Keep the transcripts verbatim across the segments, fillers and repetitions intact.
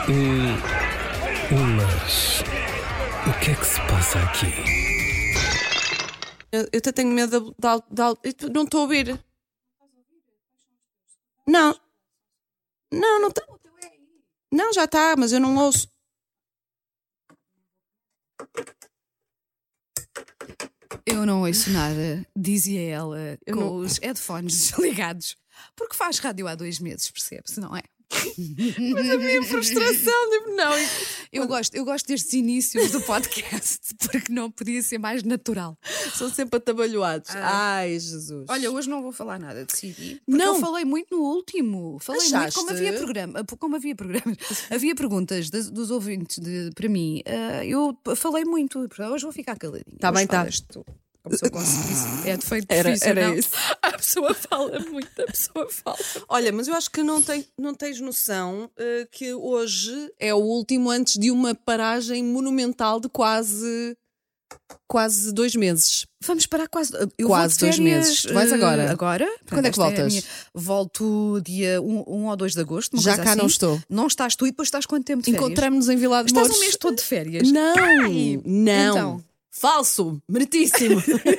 Hum, mas o que é que se passa aqui? Eu, eu até tenho medo de, de, de, de não estou a ouvir. Não. Não, não está. Não, já está, mas eu não ouço. Eu não ouço nada, dizia ela, Eu com não- os headphones ligados, porque faz rádio há dois meses, percebe-se, não é? Mas a minha frustração, tipo, não. Eu gosto, eu gosto destes inícios do podcast, porque não podia ser mais natural. São sempre atabalhoados. Ah. Ai, Jesus. Olha, hoje não vou falar nada, decidi. Porque Não. eu falei muito no último. Falei Achaste? muito como havia programa, como havia programas, havia perguntas das- dos ouvintes de- para mim. ah, eu falei muito, portanto, hoje vou ficar caladinha. Tá Hoje bem, tá. falas tu. A pessoa consegue isso. É defeito Era- profissional. era isso. A pessoa fala muito, a pessoa fala. Olha, mas eu acho que não, tem, não tens noção eh, que hoje é o último antes de uma paragem monumental de quase, quase dois meses. Vamos parar quase. Eu Quase vou de dois férias, meses. Tu vais eh, agora? Agora? Quando é que Esta a voltas? minha- Volto dia um ou dois de agosto. Uma Já coisa cá assim. não estou. Não estás tu e depois estás quanto tempo de férias? Encontramos-nos em Vila de Estás Mouros. um mês todo de férias? Não, Ai, não. então. Falso, meritíssimo.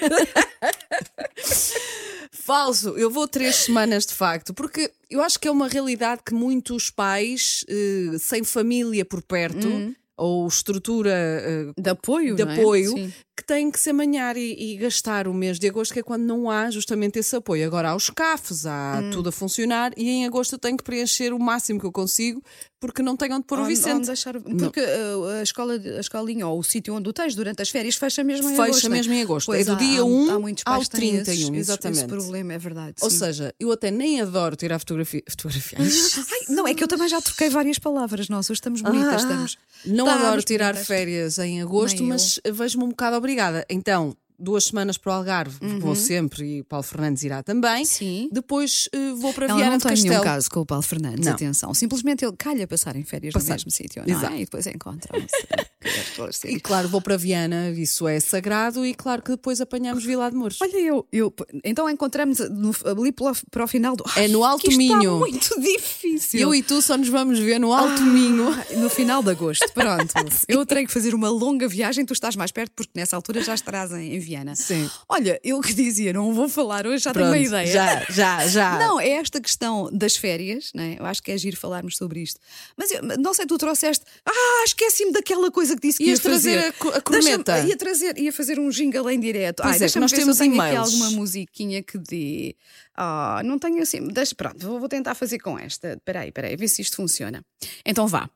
Falso. Eu vou três semanas de facto, porque eu acho que é uma realidade que muitos pais eh, sem família por perto ou estrutura eh, De apoio, de não é? apoio Sim. que têm que se amanhar e, e gastar o mês de agosto, que é quando não há justamente esse apoio. Agora há os CAFs, há Hum. tudo a funcionar e em agosto eu tenho que preencher o máximo que eu consigo porque não tenho onde pôr o Onde- Vicente. onde deixar- Porque uh, a, escola, a escolinha ou o sítio onde tu tens durante as férias fecha mesmo em Fecha agosto. não é? mesmo em agosto. Pois É do há- dia há- um há muitos ao pais que têm trinta e um, esses- esse- exatamente. Esse problema é verdade. Ou sim. seja, eu até nem adoro tirar fotografia, fotografias. Ai, não, é que eu também já troquei várias palavras. Nós hoje estamos bonitas, Ah, estamos. Não Estamos adoro tirar bonitas. férias em agosto, Nem mas vejo-me um bocado obrigada. Então, duas semanas para o Algarve, vou sempre e o Paulo Fernandes irá também. Uhum. Sim. Depois eh, vou para Ela Viana não de tem nenhum Castelo. caso com o Paulo Fernandes, Não. atenção. Simplesmente ele calha passar em férias Passar. no mesmo sítio, não Exato. é? E depois encontram-se. Quero esclarecer. E claro, vou para Viana, isso é sagrado, e claro que depois apanhamos Vila de Mouros. Olha, eu, eu então encontramos no, ali pela- para o final do. É no Ai, Alto que isto Minho. Está muito difícil. Eu e tu só nos vamos ver no Alto Minho. Ah, no final de agosto, pronto. Eu terei que fazer uma longa viagem, tu estás mais perto, porque nessa altura já estarás em, em Viana. Sim. Olha, eu que dizia, não vou falar hoje, já Pronto, tenho uma ideia. Já, já, já. Não, é esta questão das férias, né? Eu acho que é giro falarmos sobre isto. Mas eu, não sei, tu trouxeste. Ah, esqueci-me daquela coisa que disse que Ias ia fazer. trazer a co- a corneta. Deixa-me- Ia trazer, ia fazer um jingle em direto. Pois Ai, é, deixa-me nós ver temos se eu tenho aqui e-mails. alguma musiquinha que dê. Ah, não tenho assim. Deixa, pronto, vou, vou tentar fazer com esta. Espera aí, espera aí, ver se isto funciona. Então vá.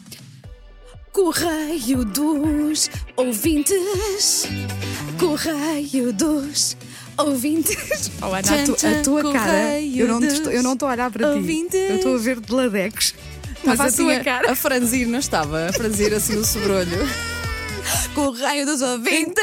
Correio dos ouvintes. Correio dos ouvintes. Oh, Ana, a, tu- a tua Tchan, cara. correio Eu não, te dos estou, eu não estou a olhar para ti. ouvintes. Eu estou a ver de ladex. Mas Estava a assim tua a, cara. a franzir, não estava? A franzir assim o sobrolho. Correio dos ouvintes.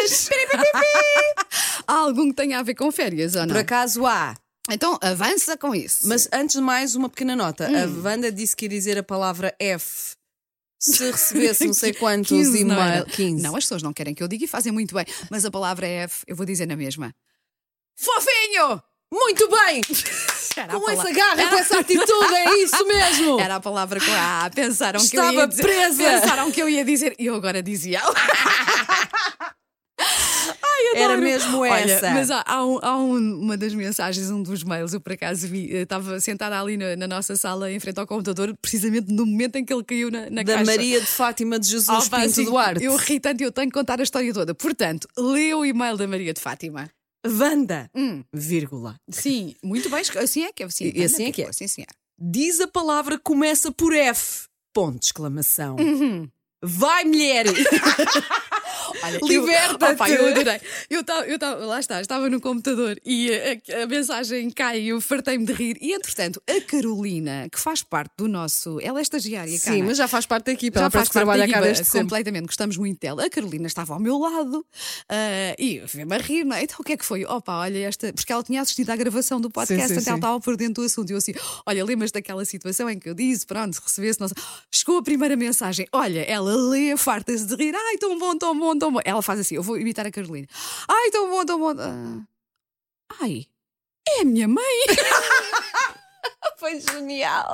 Há algum que tenha a ver com férias ou não? Por acaso há. Então avança com isso. Mas antes de mais, uma pequena nota. A Hum. Wanda disse que ia dizer a palavra F se recebesse não sei quantos quinze, não era? e-mails. quinze. Não, as pessoas não querem que eu diga e fazem muito bem. Mas a palavra F, eu vou dizer na mesma. Fofinho! Muito bem! Era a Com pala- essa garra, com essa atitude, é isso mesmo! Era a palavra com a A. Pensaram que eu Estava ia dizer, presa. Pensaram que eu ia dizer e eu agora dizia. Ai, Era adoro. mesmo Olha, essa. mas há, há um- há um- uma das mensagens, um dos mails, eu por acaso vi, eu estava sentada ali na, na nossa sala em frente ao computador, precisamente no momento em que ele caiu na, na Da caixa. Maria de Fátima de Jesus Oh, pá, Pinto assim, Duarte. Eu ri tanto e eu tenho que contar a história toda. Portanto, lê o e-mail da Maria de Fátima. Wanda, Hum. vírgula. Sim, muito bem, assim é que é. Assim, E assim é que é. Assim, assim é. Diz a palavra que começa por F. Ponto de exclamação. Uhum. Vai, mulher! Olha, Liberta-te. Eu, opa, eu adorei. Eu tava, eu tava, lá está, estava no computador e a, a mensagem cai e eu fartei-me de rir. E entretanto, a Carolina, que faz parte do nosso. Ela é estagiária, cá. Sim, mas já faz parte da equipa. Já Ela faz parece que parte da trabalha cá equipa, desde sempre. completamente, gostamos muito dela. A Carolina estava ao meu lado ah, e vê-me a rir, não é? Então o que é que foi? Opa, olha esta. Porque ela tinha assistido à gravação do podcast, Sim, sim, então ela sim. estava por dentro do assunto. E eu assim, olha, lembras daquela situação em que eu disse, pronto, recebesse, não sei. Chegou a primeira mensagem, olha, ela lê, farta-se de rir, ai, tão bom, tão bom, tão bom. Ela faz assim, eu vou imitar a Carolina, ai, tão bom, tão bom. Ah, ai, é a minha mãe. Foi genial.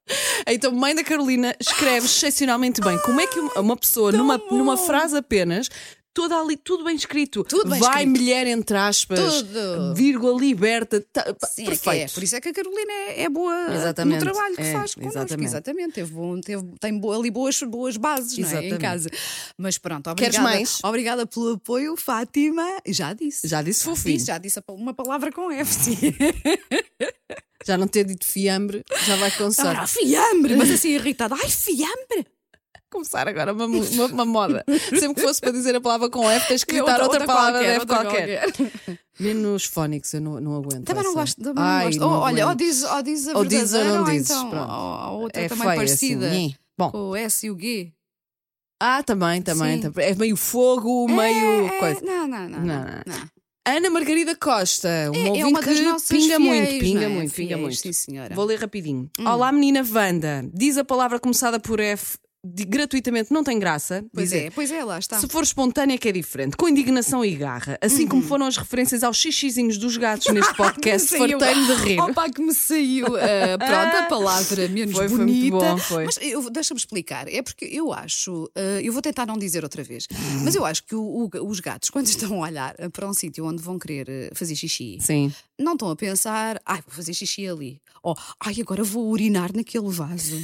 Então, mãe da Carolina escreve excepcionalmente bem. Como é que uma pessoa, numa, numa frase apenas, toda ali, tudo bem escrito, Tudo bem vai escrito. mulher entre aspas, Tudo. vírgula liberta, tá, Sim, é que perfeito. é. Por isso é que a Carolina é, é boa Exatamente. no trabalho que É, faz connosco. exatamente. Exatamente. Teve bom, teve, tem boa, ali boas, boas bases, não é? Em Exatamente. casa. Mas pronto, Queres obrigada. mais? Obrigada pelo apoio, Fátima. Já disse. Já disse fofinho. Disse, já disse uma palavra com F, sim. Já não ter dito fiambre, já vai com sorte. Ah, fiambre! Mas assim irritada. Ai, fiambre! Começar agora uma, uma, uma moda. Sempre que fosse para dizer a palavra com F, tens que gritar outra, outra palavra qualquer, de F outra qualquer. qualquer. Menos fónicos, eu não, não aguento. Também não essa. gosto. Também não Ai, gosto. não Ou, olha, ou aguento. diz, ou diz a Ou dizes ou verdadeira, não ou dizes, então pronto. a outra É também feio, parecida. assim. Bom. Com o S e o G. Ah, também, também, Sim. também. É meio fogo, meio É, coisa. Não, não, não. Não, não, não. não. Ana Margarida Costa, uma É, ouvinte é uma das que nossas pinga fiéis, muito, não pinga é? muito, pinga Fiéis, muito. sim, senhora. Vou ler rapidinho. Olá, menina Wanda. Diz a palavra começada por F de- gratuitamente, não tem graça. Pois Dizer, é, pois é, lá está. Se for espontânea que é diferente, com indignação e garra, assim Uhum. como foram as referências aos xixizinhos dos gatos neste podcast, Saiu. fartei-me de rir. Opa, que me saiu eh, pronto, a palavra menos Foi, foi muito bonita. bom, foi. Mas eu- deixa-me explicar. É porque eu acho, eh, eu vou tentar não dizer outra vez, mas eu acho que o- o- os gatos, quando estão a olhar para um sítio onde vão querer eh, fazer xixi, Sim. não estão a pensar, ai, vou fazer xixi ali. Ou, ai, agora vou urinar naquele vaso.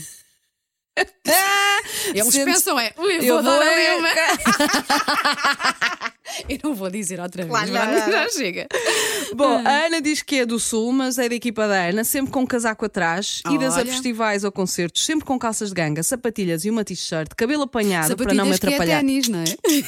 Eles Sentes- pensam, é, ui, Eu vou dar vou ali é- uma. Eu não vou dizer outra vez, Claro, já, não, não, já não. chega. Bom, a Ana diz que é do Sul, mas é da equipa da Ana, sempre com um casaco atrás, idas a Olha. festivais ou concertos, sempre com calças de ganga, sapatilhas e uma t-shirt, cabelo apanhado para não me Sapatilhas que é atrapalhar. ténis, não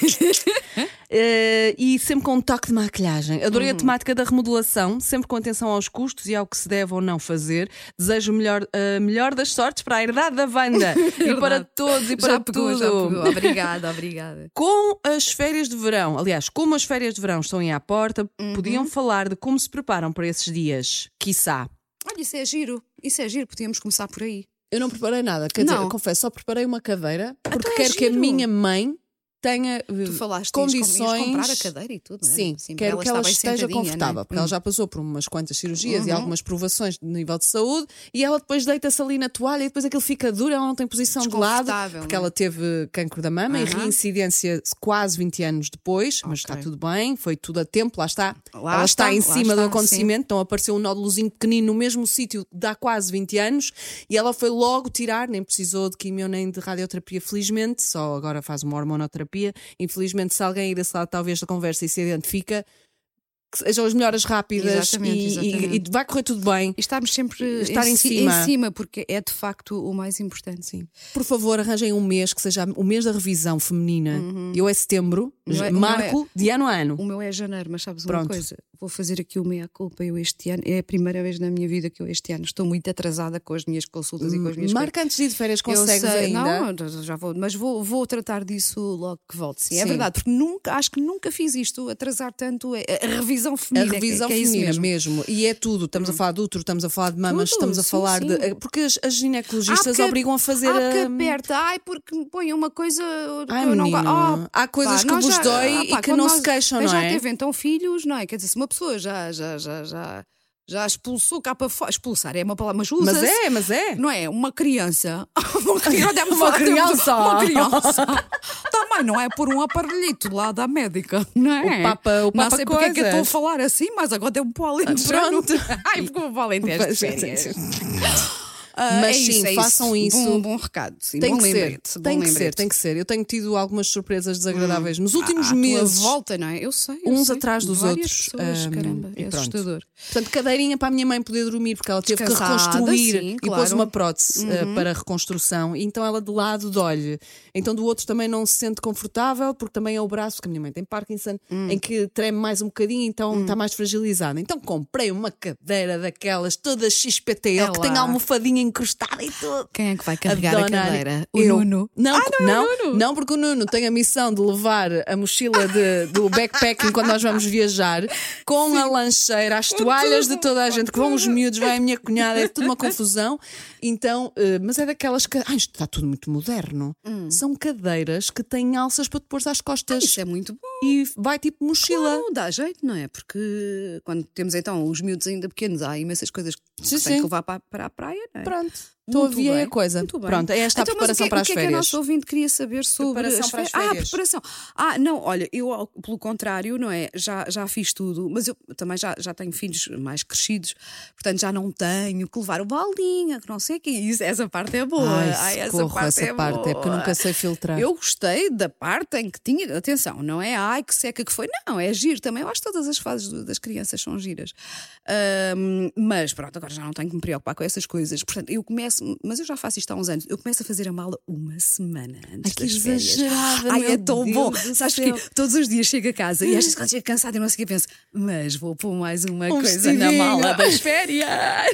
é? Eh, e sempre com um toque de maquilhagem. Adorei Uhum. a temática da remodelação, sempre com atenção aos custos e ao que se deve ou não fazer. Desejo o melhor, a melhor das sortes para a herdade da Wanda e para todos e para já pegou, tudo. já pegou. Obrigada, obrigada. Com as férias de verão, aliás, como as férias de verão estão aí à porta, Uhum. podiam falar de como se preparam para esses dias, quiçá. Olha, isso é giro. Isso é giro, podíamos começar por aí. Eu não preparei nada, quer Não. dizer, confesso, só preparei uma cadeira porque Então é quero que a giro. minha mãe tenha eh, Tu falaste condições. ias comprar a cadeira e tudo, não é? Sim, para quero que ela estar bem esteja sentadinha, confortável, não é? porque ela já passou por umas quantas cirurgias e Uhum. algumas provações de nível de saúde e ela depois deita-se ali na toalha e depois aquilo fica duro, ela não tem posição de lado, Desconfortável, porque não é? ela teve cancro da mama e Aham. reincidência quase vinte anos depois, mas Ok. está tudo bem, foi tudo a tempo, lá está. Lá ela está, está, em lá cima do está, acontecimento, então apareceu um nódulozinho pequenino no mesmo sítio de há quase vinte anos e ela foi logo tirar, nem precisou de quimio nem de radioterapia, felizmente, só agora faz uma hormonoterapia. Infelizmente, se alguém aí desse lado talvez da conversa e se identifica, que sejam as melhoras rápidas Exatamente, e, e- exatamente. e vai correr tudo bem. E estarmos sempre Estar em ci- cima. em cima, porque é de facto o mais importante. Sim. Por favor, arranjem um mês que seja o mês da revisão feminina. Eu é setembro, O meu é- o marco de ano a ano. O meu é janeiro, mas sabes Pronto. uma coisa? Vou fazer aqui o meia-culpa. Eu este ano, é a primeira vez na minha vida que eu este ano estou muito atrasada com as minhas consultas e com as minhas Marca antes de ir de férias, coisas. Eu consegues sei, ainda? Não, já vou, mas vou, vou tratar disso logo que volte. Sim, é Sim. verdade, porque nunca, acho que nunca fiz isto, atrasar tanto a, a revisão A feminina. revisão que, que é isso feminina mesmo. mesmo. E é tudo. Estamos a falar de útero, estamos a falar de mamas, Tudo, estamos a sim, falar sim. de. Porque as, as ginecologistas Ah, porque- obrigam a fazer Ah, porque a. aperta, ai, porque me põe uma coisa que Ai, eu não menina, gosto. há coisas que vos dói e que não se queixam, não já é? teve então filhos, não é? Quer dizer, se uma pessoa já, já, já, já, já expulsou cá para fora, expulsar é uma palavra, mas usa Mas é, mas é. não é? Uma criança. Uma criança. Uma criança. Uma criança. Também não é por um aparelhito lá da médica, não é? O Papa- o Papa não sei porque é que eu estou a coisas. falar assim, mas agora deu um para o alentejano. Pronto. Ai, porque o Alentejo de férias. Ah, Mas é sim, isso, é façam isso. Bom, bom recado. Sim, Tem bom que ser, lembrete, bom tem que ser, lembrete. tem que ser. Eu tenho tido algumas surpresas desagradáveis nos últimos À tua meses. volta, não é? Eu sei. eu Uns sei. atrás dos Várias outros. Pessoas, Hum, caramba, e é pronto. assustador. Portanto, cadeirinha para a minha mãe poder dormir, porque ela teve que Descansada, reconstruir sim, e claro. pôs uma prótese eh, para a reconstrução. E então ela de lado dói-lhe. Então do outro também não se sente confortável, porque também é o braço, que a minha mãe tem Parkinson, Hum. em que treme mais um bocadinho, então está mais fragilizada. Então comprei uma cadeira daquelas, toda X P T L, É que lá. tem a almofadinha encostada e tudo. Quem é que vai carregar a, dona Ana- cadeira? O eu. Nuno. Não, Ah, não, não, é o Nuno. não, porque o Nuno tem a missão de levar a mochila de- do backpacking quando nós vamos viajar, com a lancheira, as toalhas de toda a gente, que vão os miúdos, vai a minha cunhada, é tudo uma confusão. Então, eh, mas é daquelas que. Ai, isto está tudo muito moderno. São cadeiras que têm alças para te pôr às costas. Isso é muito bom. E vai tipo mochila. Não, dá jeito, não é? Porque quando temos então os miúdos ainda pequenos, há imensas coisas que Sim, se tem sim. que levar para, para a praia, não é? Pronto. Estou a Muito ver bem, a coisa. muito bem. Pronto, é esta a Então, mas preparação o que, para o as que é que a férias. nossa ouvinte queria saber sobre Preparação as para as férias? Ah, férias. preparação. Ah, não, olha, eu ao- pelo contrário, não é? Já, já fiz tudo, mas eu também já, já tenho filhos mais crescidos, portanto já não tenho que levar o baldinho, que não sei o que. Isso, essa parte é boa. Ai, Ai, essa socorro, parte essa é parte, boa. é porque eu nunca sei filtrar. Eu gostei da parte em que tinha. Atenção, não é ai que seca que foi, não, é giro também. Eu acho que todas as fases do- das crianças são giras. Ahm, mas pronto, agora já não tenho que me preocupar com essas coisas. Portanto, eu começo, mas eu já faço isto há uns anos. Eu começo a fazer a mala uma semana antes Ai, que das férias. exagerada, Ai, meu é tão Deus bom. do Sabes céu. que todos os dias chego a casa e às vezes quando chego cansada e não sei o que penso, mas vou pôr mais uma Um coisa na vestidinho. mala das férias.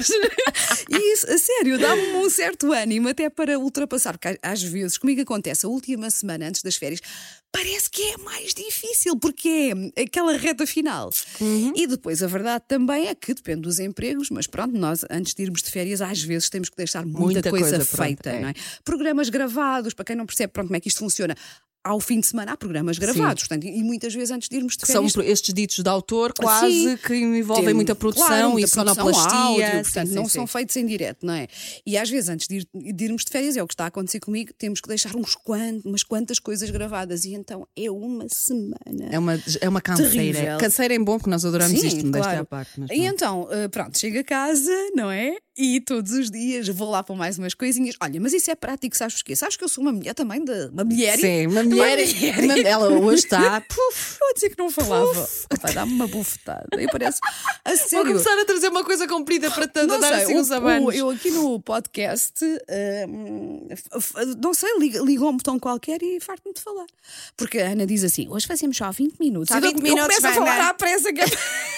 E isso, a sério, dá-me um certo ânimo até para ultrapassar, porque às vezes comigo acontece a última semana antes das férias. Parece que é mais difícil, porque é aquela reta final. Uhum. E depois a verdade também é que depende dos empregos, mas pronto, nós antes de irmos de férias, às vezes temos que deixar muita, Muita coisa, coisa, pronto, feita, é. não é? Programas gravados, para quem não percebe pronto, como é que isto funciona. Ao fim de semana há programas gravados, portanto, e muitas vezes antes de irmos de Que são férias. estes ditos de autor quase Sim. que envolvem Tem- muita produção claro, muita e produção, sonoplastia. áudio, portanto, Sim, não sim, são sim. feitos em direto, não é? E às vezes, antes de, ir- de irmos de férias, é o que está a acontecer comigo, temos que deixar uns quant, umas quantas coisas gravadas e então é uma semana. É uma, é uma canseira. Terrível. Canseira é bom porque nós adoramos Sim, isto, me deste claro. à parte. Mas E não. então, eh, pronto, chego a casa, não é? E todos os dias vou lá para mais umas coisinhas. Olha, mas isso é prático, sabes porquê? Sabes que eu sou uma mulher também, de, uma mulher. Sim, uma mulher. Uma uma- ela hoje está. Puf, Eu a dizer que não falava. Vai dar-me uma bufetada. Eu pareço. A vou sério. começar a trazer uma coisa comprida para te Não dar sei, assim o- uns abanos. o- eu aqui no podcast, hum, f- f- não sei, liga- ligou um botão qualquer e farto-me de falar. Porque a Ana diz assim: hoje fazemos só vinte minutos. Só E eu- vinte eu minutos, começo a vai, falar vai. à pressa. Que é...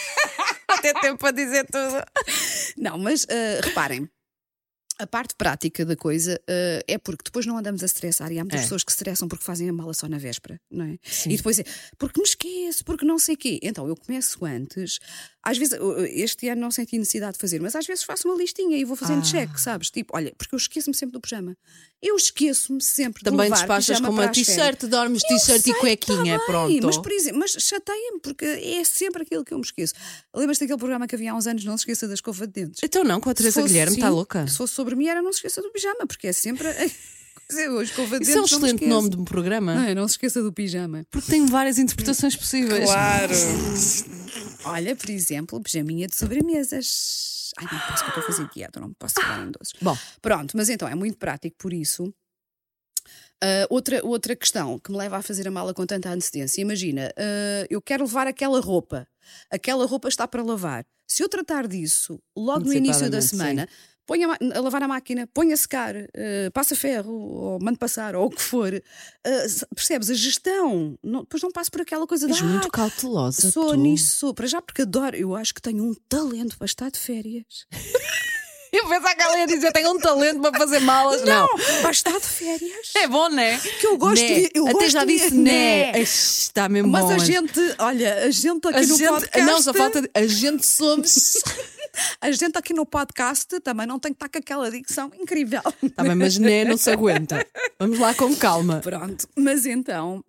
Até tempo para dizer tudo. Não, mas ah, reparem. A parte prática da coisa ah, é porque depois não andamos a estressar e há muitas É. pessoas que se estressam porque fazem a mala só na véspera, não é? E depois é porque me esqueço, porque não sei o quê. Então eu começo antes, às vezes, eu- este ano não senti necessidade de fazer, mas às vezes faço uma listinha e vou fazendo Ah. check, sabes? Tipo, olha, porque eu esqueço-me sempre do pijama. Eu esqueço-me sempre Também de levar despachas pijama com uma para as férias. t-shirt, dormes t-shirt e Sei, cuequinha, tá pronto. bem, mas, por exemplo, mas chateia-me porque é sempre aquilo que eu me esqueço. Lembras-te daquele programa que havia há uns anos, Não se esqueça da escova de dentes? Então não, com a Teresa Se fosse- Guilherme, está sim, louca? Se fosse sobre mim, era Não se esqueça do pijama, porque é sempre. Quer dizer, hoje escova de Isso é um dentes, não me excelente esqueço. nome de um programa. Não é? Não se esqueça do pijama. Porque tem várias interpretações possíveis. Claro. Olha, por exemplo, pijaminha de sobremesas. Ai, não posso que eu estou a fazer dieta, não posso falar em doces. Bom, Pronto, mas então é muito prático por isso. Ah, outra, outra questão que me leva a fazer a mala com tanta antecedência. Imagina, ah, eu quero levar aquela roupa. Aquela roupa está para lavar. Se eu tratar disso logo no início da Antecipadamente, semana, ponho a, ma- a lavar a máquina, ponho a secar, ah, passa ferro, ou mando passar, ou o que for. Ah, s- percebes? A gestão. Não, depois não passo por aquela coisa de és "Ah, muito cautelosa. sou tu. nisso, sou. Para já porque adoro. Eu acho que tenho um talento para estar de férias. Eu pensava que ela ia dizer: tenho um talento para fazer malas. Não. Para estar de férias. É bom, né? Que eu gosto Né. de- eu Até gosto já de- disse né. né. Ai, está mesmo Mas bom. a gente, olha, a gente aqui A no gente- podcast. Não, só falta. A gente somos. A gente aqui no podcast também não tem que estar com aquela dicção incrível. Tá bem, mas né não se aguenta. Vamos lá com calma. Pronto, mas então.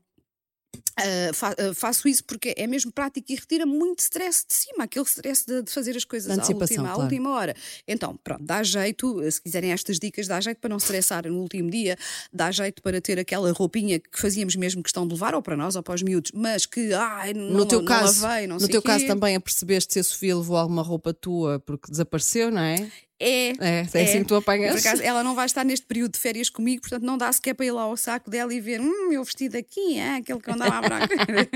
ah, fa- ah, faço isso porque é mesmo prático e retira muito stress de cima, aquele stress de, de fazer as coisas à Antecipação, última, à claro. última hora. Então, pronto, dá jeito, se quiserem estas dicas, dá jeito para não estressar no último dia, dá jeito para ter aquela roupinha que fazíamos mesmo questão de levar, ou para nós ou para os miúdos, mas que, ai, não, No teu não caso, lavei, não no sei teu quê. caso também apercebeste se a Sofia levou alguma roupa tua porque desapareceu, não é? É, É, é assim que tu apanhas. Por acaso, ela não vai estar neste período de férias comigo, portanto não dá sequer para ir lá ao saco dela e ver, hum, meu vestido aqui, é aquele que eu andava à branca.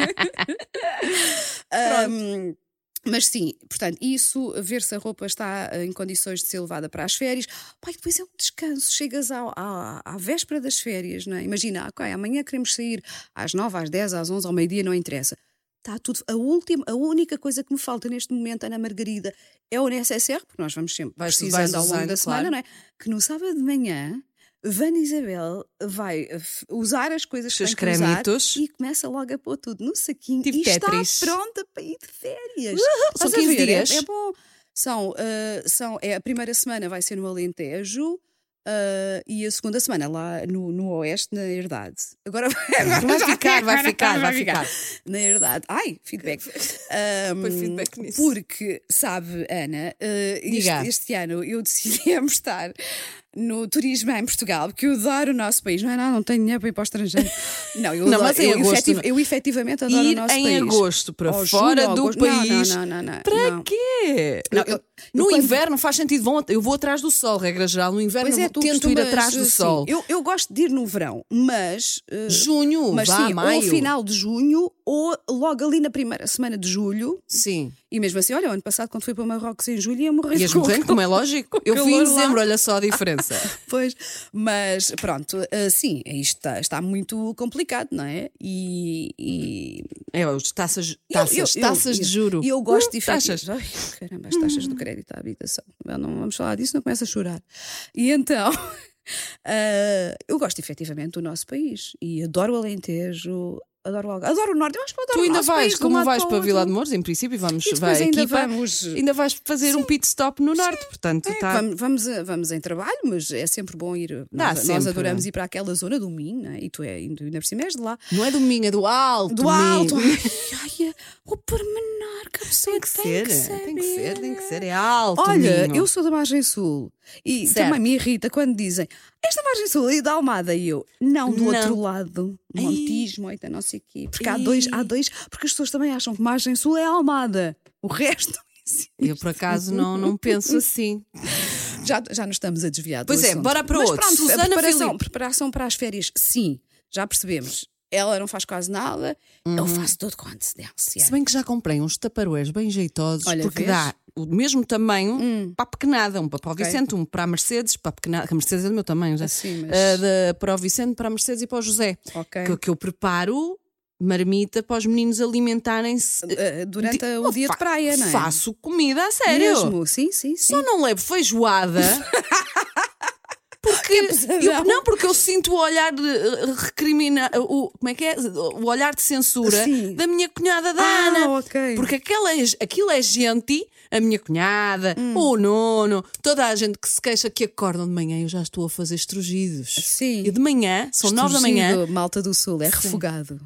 Um, mas sim, portanto, isso, ver se a roupa está eh, em condições de ser levada para as férias. Pai, depois é um descanso. Chegas ao, à, à véspera das férias, não é? Imagina, ok, amanhã queremos sair às nove, às dez, às onze, ao meio-dia, não interessa. Está tudo. A, última, a única coisa que me falta neste momento, Ana Margarida, é o N S S R, porque nós vamos sempre Vais- precisando vais ao longo usando, da semana, claro. não é? Que no sábado de manhã. Vana Isabel vai uh, f- usar as coisas Os que seus tem que usar cremitos. e começa logo a pôr tudo no saquinho Tipo e Tetris. está pronta para ir de férias. São Estás a quinze ver? dias. É, é bom. São, uh, são, é, a primeira semana vai ser no Alentejo uh, e a segunda semana lá no, no Oeste, na Herdade. Agora agora Vai já- ficar, vai agora ficar, vai ficar. Na Herdade. Ai, feedback. Um, Põe feedback nisso. Porque, sabe, Ana, uh, Diga. este, este ano eu decidi apostar no turismo em Portugal, porque eu adoro o nosso país. Não é nada, não tenho dinheiro para ir para o estrangeiro. Não, eu, Não, adoro, mas em eu, agosto, efetiv, não. eu efetivamente adoro Ir o nosso em país. agosto para Ou fora julho, do agosto. Não, país. Não, não, não, não, Para não. quê? Não, eu- no eu quando- inverno faz sentido. Vão, eu vou atrás do sol, regra geral. No inverno Pois é, eu tu tento ir costumas, atrás do sim, sol. Eu, eu gosto de ir no verão, mas. eh, Junho, mas vá, sim, maio. ou final de junho, ou logo ali na primeira semana de julho. Sim. E mesmo assim, olha, o ano passado, quando fui para Marrocos em julho, ia morrer Ias com morrendo, como é lógico. Eu fui em calor lá. dezembro, olha só a diferença. Pois, mas pronto, eh, sim, isto está, está muito complicado, não é? E. e... É, as taxas, eu- taxas, eu- taxas eu- de juro. E eu gosto Uh, de taxas. Ai, caramba, as taxas do crédito à habitação. Eu não vamos falar disso, não começo a chorar. E então. eh, eu gosto efetivamente do nosso país e adoro o Alentejo, adoro o Algarve, adoro o Norte. Eu acho que eu adoro Tu o ainda nosso vais, país, de um como lado vais o para outro. Vila de Mouros, em princípio, vamos, E depois vai ainda equipa, vamos- ainda vais fazer um pit stop no norte, portanto, É, tá, vamos, vamos, a- vamos em trabalho, mas é sempre bom ir. Dá Nós, nós sempre. adoramos ir para aquela zona do Minho, não é? E tu é, ainda ainda por cima és de lá. não é do Minho, é do Alto. Do alto! Minho. Ai, ai, o pormenor que a pessoa Tem que ser, saber. tem que ser, tem que ser, é alto. Olha, Minho. eu sou da Margem Sul e Certo. também me irrita quando dizem esta Margem Sul e da Almada e eu, não, do Não. outro lado, Montijo, Moita, não sei o quê. Porque há Ei. dois, há dois, porque as pessoas também acham que Margem Sul é Almada. O resto. Eu, por acaso, não, não penso assim. Já, já nos estamos a desviar do Pois é, assunto. bora para Mas outro. pronto, Susana a preparação, Filipe. preparação para as férias, sim, já percebemos. Ela não faz quase nada, eu Uhum. faço tudo com antecedência. Se bem que já comprei uns taparoeiros bem jeitosos, Olha, porque vês? dá o mesmo tamanho para a pequenada, um para o Ok. Vicente, um para a Mercedes, para a pequenada, que a Mercedes é do meu tamanho já. Assim, mas- Ah, da- para o Vicente, para a Mercedes e para o José. Ok. Que, que eu preparo marmita para os meninos alimentarem-se. Uh, durante Di- o dia fa- de praia, não é? Faço comida a sério. Mesmo, sim, sim, sim. Só não levo feijoada. Porque pesadão. eu, não, porque eu sinto o olhar de eh, recrimina, o, como é que é? O olhar de censura Sim. da minha cunhada da Ah, Ana. ok. Porque aquela é, aquilo é gente, a minha cunhada, Hum. o nono, toda a gente que se queixa que acordam de manhã, eu já estou a fazer estrugidos. Sim. E de manhã, são nove da manhã. Estorcido, Malta do Sul, é refogado.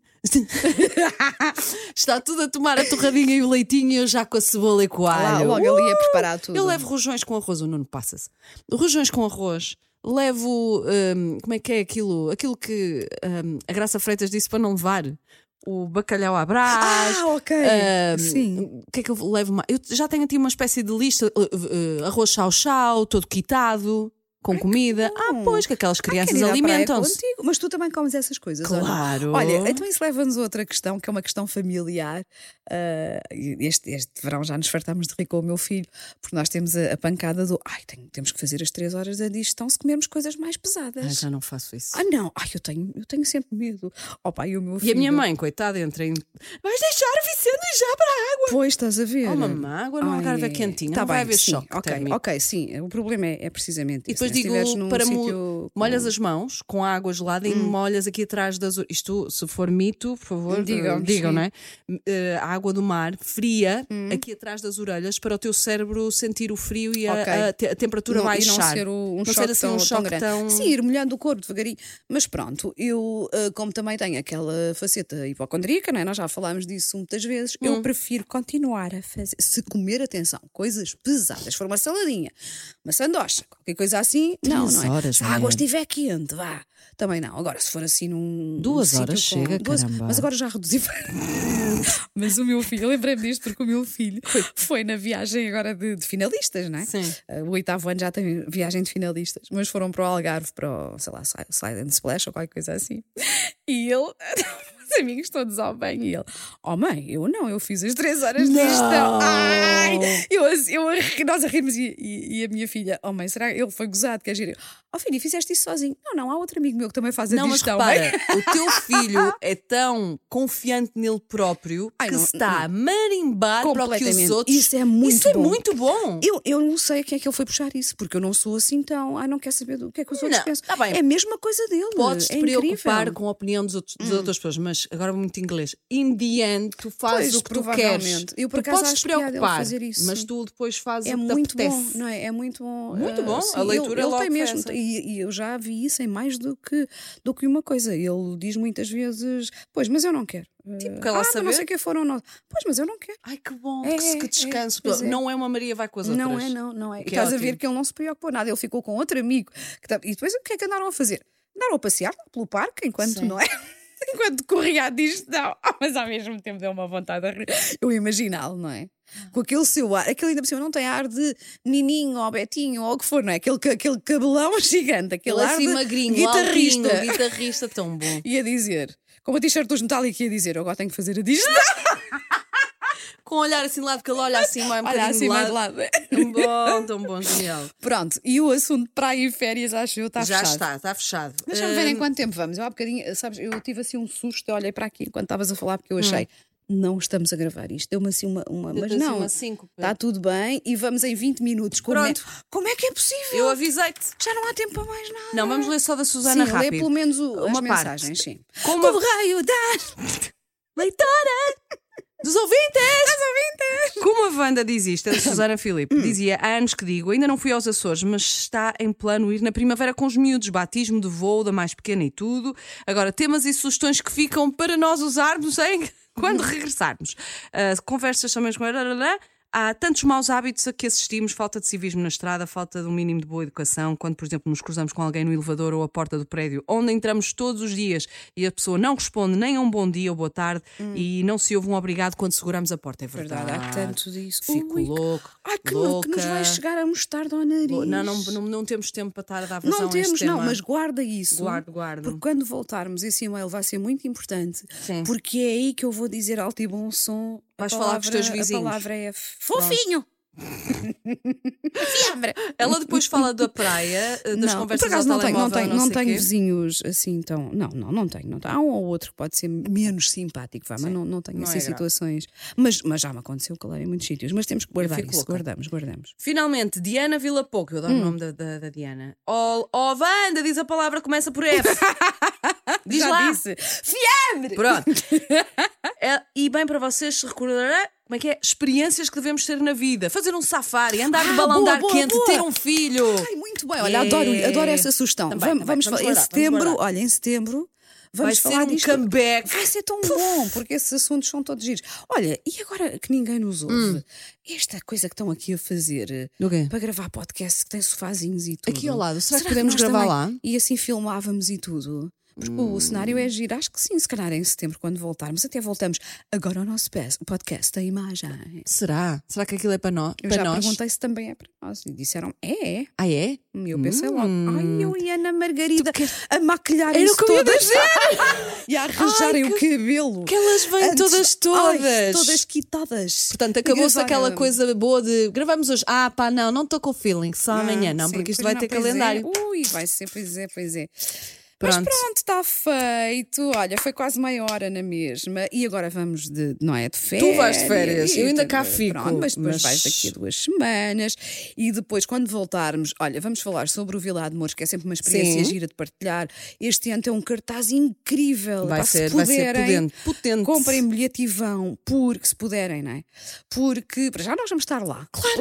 Está tudo a tomar a torradinha e o leitinho e eu já com a cebola e com o Lá, alho. logo ali a preparar tudo. Eu levo rojões com arroz, o Nuno passa-se. Rojões com arroz. Levo. hum, como é que é aquilo? Aquilo que hum, a Graça Freitas disse para não levar. O bacalhau à brás. Ah, ok. hum, Sim. O que é que eu levo mais? Eu já tenho aqui uma espécie de lista: uh, uh, arroz chau-chau, todo quitado, com comida. Ah, pois, que aquelas crianças Quero ir à praia alimentam-se. contigo. Mas tu também comes essas coisas, ou não? Claro. Olha, então isso leva-nos a outra questão, que é uma questão familiar. Ah, este, este verão já nos fartámos de rir com o meu filho, porque nós temos a, a pancada do ai, tenho- temos que fazer as três horas da digestão se comermos coisas mais Ah, pesadas. já não faço isso. Ah, não, ai, eu tenho, eu tenho sempre medo. Oh, pai, o meu E filho. a minha mãe, coitada, entra em. Vais deixar o Vicente ir já para a água. Pois, estás a ver. Oh, mamã, água no Ai, Algarve é quentinha, tá não vai bem, haver sim, choque ok, térmico. ok, sim. O problema é, é precisamente E isso. depois né? Se digo estiveres num para mo- sítio com- molhas as mãos com água gelada e molhas aqui atrás das orelhas. Isto, se for mito, por favor, Digam, eh, digam, sim. não é? Eh, a água do mar fria aqui atrás das orelhas para o teu cérebro sentir o frio e a, Ok. a te- a temperatura não, baixar. E não ser o- um Não ser choque, assim tão, um tão choque grande. tão- Sim, ir molhando o corpo devagarinho. Mas pronto, eu, ah, como também tenho aquela faceta hipocondríaca, não é? Nós já falámos disso muitas vezes, Hum. eu prefiro continuar a fazer. Se comer, atenção, coisas pesadas, for uma saladinha, uma sandocha, qualquer coisa assim, não, Três não é? horas, Se a água mulher. estiver quente, vá. Também não. Agora, se for assim num. Duas num horas sítio com- chega, duas- caramba. Mas agora já reduzi. Mas o meu filho, eu lembrei-me disto porque o meu filho foi na viagem agora de, de finalistas, não é? Sim. Uh, o oitavo ano já tem viagem de finalistas, mas foram para o Algarve, para o, sei lá, Slide and Splash ou qualquer coisa assim. E ele, os amigos todos ao bem, e ele, oh mãe, eu não, eu fiz as três horas de Não! gestão. Ai! Eu, eu, a rir- nós a rirmos e, e, e a minha filha, oh mãe, será que ele foi gozado? Que é giro? Oh filho, e fizeste isso sozinho? Não, não, há outro amigo meu que também faz a Não, mas digestão. repara, mãe. o teu filho é tão confiante nele próprio Ai, que não- se está a marimbar para o que os Completamente. outros. Isso é muito Isso é bom. muito bom. Eu, eu não sei a quem é que ele foi puxar isso, porque eu não sou assim tão. Ai, não quer saber do que é que os outros Não, pensam. tá bem. É a mesma coisa dele. Podes te é preocupar incrível. com a opinião dos outros, das outras pessoas, mas agora muito inglês. In the end, tu fazes Pois, o que tu queres. provavelmente. Eu, por Tu acaso, podes te acho piada ele preocupar, fazer isso, mas sim. tu depois fazes É o que te muito bom, apetece. não é? É muito bom. Muito ah, bom. sim, A leitura ele, ele logo tem foi mesmo. essa. E, e eu já vi isso em mais do que, do que uma coisa. Ele diz muitas vezes: Pois, mas eu não quero. Tipo, Ah, quer lá ah, mas saber? não sei o que foram nós. Pois, mas eu não quero. Ai, que bom, É, que, que é, descanso. pois é. Não é uma Maria vai com as outras. Não é, não, não é. E Que estás é a ver ótimo. que ele não se preocupou nada. Ele ficou com outro amigo. Que tá- E depois o que é que andaram a fazer? Andaram a passear lá pelo parque enquanto Sim. não é? Enquanto corria a digestão. Ah, mas ao mesmo tempo deu uma vontade de rir. Eu imaginá-lo, não é? Com aquele seu ar, aquele ainda por cima não tem ar de nininho ou betinho ou o que for, não é? Aquele, ca- aquele cabelão gigante, aquele Ele ar assim de magrinho, guitarrista. altinho, guitarrista tão bom. Ia dizer, com a t-shirt dos Metallica, ia dizer: Eu agora tenho que fazer a digestão. Com um olhar assim de lado, porque ele olha assim, vai um Olha bocadinho assim de mais lado. de lado. Tão bom, tão bom, genial. Pronto, e o assunto de praia e férias, acho eu, está Já fechado. está, está fechado. Deixa-me ver em Hum, quanto tempo vamos. Eu há bocadinho, sabes, eu tive assim um susto, eu olhei para aqui enquanto estavas a falar, porque eu achei, não estamos a gravar isto. Deu-me assim uma. uma eu mas tenho assim não, uma síncope. está tudo bem e vamos em vinte minutos. Como, Pronto. É, como é que é possível? Eu avisei-te. Já não há tempo para mais nada. Não, vamos ler só da Susana sim, rápido. lê pelo menos o, Uma as parte. mensagens, sim. Como Correio das leitora dos ouvintes! Como a Wanda diz isto, é da Susana Filipe, dizia há anos que digo, ainda não fui aos Açores, mas está em plano ir na primavera com os miúdos, batismo de voo da mais pequena e tudo. Agora, temas e sugestões que ficam para nós usarmos em quando regressarmos. Uh, conversas também com... Há tantos maus hábitos a que assistimos, falta de civismo na estrada, falta de um mínimo de boa educação, quando, por exemplo, nos cruzamos com alguém no elevador ou à porta do prédio, onde entramos todos os dias e a pessoa não responde nem a um bom dia ou boa tarde e não se ouve um obrigado quando seguramos a porta. É verdade. Verdade, há tanto disso. Fico Ui, louco. Ai, que, louca. que nos vai chegar a mostarda ao nariz. Não, não, não, não temos tempo para estar a dar vazão Não a este temos, tema. não, mas guarda isso. Guardo, guardo. Porque quando voltarmos, esse e-mail vai ser muito importante. Sim. Porque é aí que eu vou dizer alto e bom som. a Vais falar com os palavra- teus vizinhos. A palavra é fofinho. Fiambre. Ela depois fala da praia, das Não, por conversas acaso ao não tenho, não telemóvel, tenho, não sei tenho quê. vizinhos assim tão. Não, não, não tenho. Não tenho. Há um ou outro que pode ser menos simpático, vá, mas não, não tenho não assim é grave. situações. Mas, mas já me aconteceu, claro, em muitos sítios. Mas temos que guardar fico isso. louca. Guardamos, guardamos. Finalmente, Diana Vila Pouco, eu adoro o nome da, da, da Diana. Oh, oh, Wanda, diz a palavra, começa por F. Diz já lá. disse. Fiambre! Pronto. É, e bem para vocês se recordará como é que é? Experiências que devemos ter na vida. Fazer um safari, andar de Ah, balão de boa, ar boa, quente, boa. ter um filho. Ai, muito bem. Olha, adoro, adoro essa sugestão. Também, vamos, também. vamos, Vamos falar. guardar, em setembro, vamos guardar. olha, em setembro, Vai vamos ser falar um disto. comeback. Vai ser tão bom, porque esses assuntos são todos giros. Olha, e agora que ninguém nos ouve, esta coisa que estão aqui a fazer Do quê? para gravar podcast que tem sofazinhos e tudo. Aqui ao lado, será que que podemos nós gravar também- lá? E assim filmávamos e tudo. Porque o cenário é giro. Acho que sim, se calhar em setembro, quando voltarmos, até voltamos. Agora o nosso pe- o podcast tem imagem. Será? Será que aquilo é para, nó- Eu para já nós? perguntei se também é para nós. E disseram, é, é. Ah, é? E eu pensei logo, Hum. ai, eu e a Ana Margarida Tu quer- a maquilharem-se Era o que eu ia todas dizer. e a arranjarem Ai, o cabelo. Que elas vêm Antes- todas, todas. Ai, todas quitadas. Portanto, acabou-se E aquela gravaram. coisa boa de gravamos hoje. Ah, pá, não, não estou com o feeling, só Ah, amanhã, não, sim, porque isto pois vai não, ter pois é. calendário. Ui, vai ser, pois é, pois é. Pronto. Mas pronto, está feito. Olha, foi quase meia hora na mesma. E agora vamos de, não é? De férias. Tu vais de férias, eu ainda cá Pronto, fico, mas depois mas- vais daqui a duas semanas. E depois, quando voltarmos, olha, vamos falar sobre o Vilar de Mouros, que é sempre uma experiência Sim. gira de partilhar. Este ano tem um cartaz incrível. Vai Pá, ser- se vai ser puderem, potente, potente. comprem bilhete e vão, porque se puderem, não é? Porque para já nós vamos estar lá. Claro!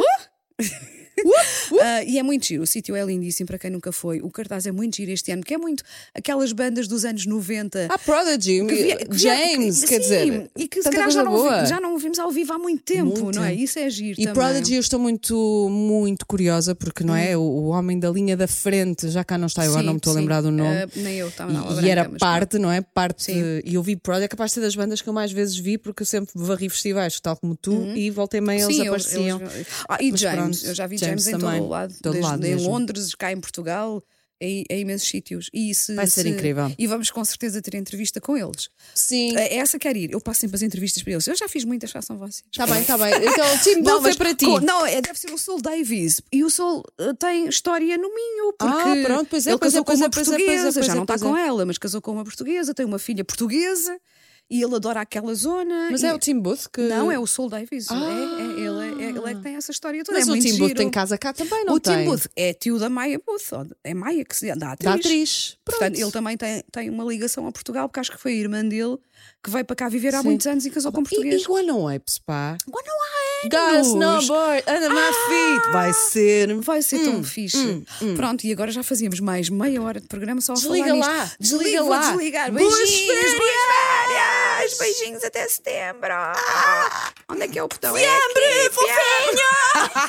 Ah, e é muito giro, o sítio é lindíssimo para quem nunca foi. O cartaz é muito giro este ano, que é muito aquelas bandas dos anos noventa. Ah, Prodigy, que via- que via- James, que- quer sim, dizer, e que se tanta calhar já coisa não, boa. ouvi- já não ouvimos ao vivo há muito tempo, Muito não é? tempo. Isso é giro E também. Prodigy eu estou muito, muito curiosa porque não é? O, o homem da linha da frente, já cá não está, eu agora Sim, não me estou a sim. lembrar do nome. Ah, nem eu estava na E, aula e branca, era mas parte, não é? Parte Sim. de- e eu vi Prodigy, é capaz de ser das bandas que eu mais vezes vi porque eu sempre varri festivais, tal como tu, e voltei meio eles Sim, eles- apareciam. eles- Ah, e Mas James, pronto, eu já vi James James, em também, todo o lado, todo desde lado em mesmo. Londres, cá em Portugal, em, em imensos sítios. E se- Vai ser se- incrível. E vamos com certeza ter entrevista com eles. Sim. É essa quer ir. Eu passo sempre as entrevistas para eles. Eu já fiz muitas, façam vocês. Está bem, está bem. Então o Tim Booth é para ti. com- não, é, deve ser o Soul Davies. E o Soul uh, tem história no Minho. Porque Ah, pronto, pois é, ele pois casou é, com pois uma é, pois é, pois é, portuguesa. pois Já é, não está pois é. com ela, mas casou com uma portuguesa. Tem uma filha portuguesa. e ele adora aquela zona. Mas e... é o Tim Booth que. Não, é o Saul Davis. Ah. É, é, ele, é, ele é que tem essa história toda. Mas é o muito Tim Booth giro. tem casa cá também, não o tem? Tim Booth é tio da Maya Booth. ou É Maya que se da atriz. Da atriz. Portanto, Pronto. ele também tem, tem uma ligação a Portugal, porque acho que foi a irmã dele que veio para cá viver há Sim. muitos anos e casou com E, português. e Guano Apes, pá. Guano Apes! Got a snowboard under my feet. Vai ser. Vai ser tão fixe. hum, hum. Pronto, e agora já fazíamos mais meia hora de programa só a Desliga falar lá, nisto. desliga Desliga, vou lá. desligar. Boas Beijinhos, férias! boas férias! Beijinhos até setembro. Onde é que é o botão? Fiambre, é aqui,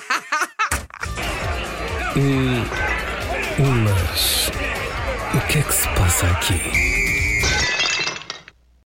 Mas o que é que se passa aqui?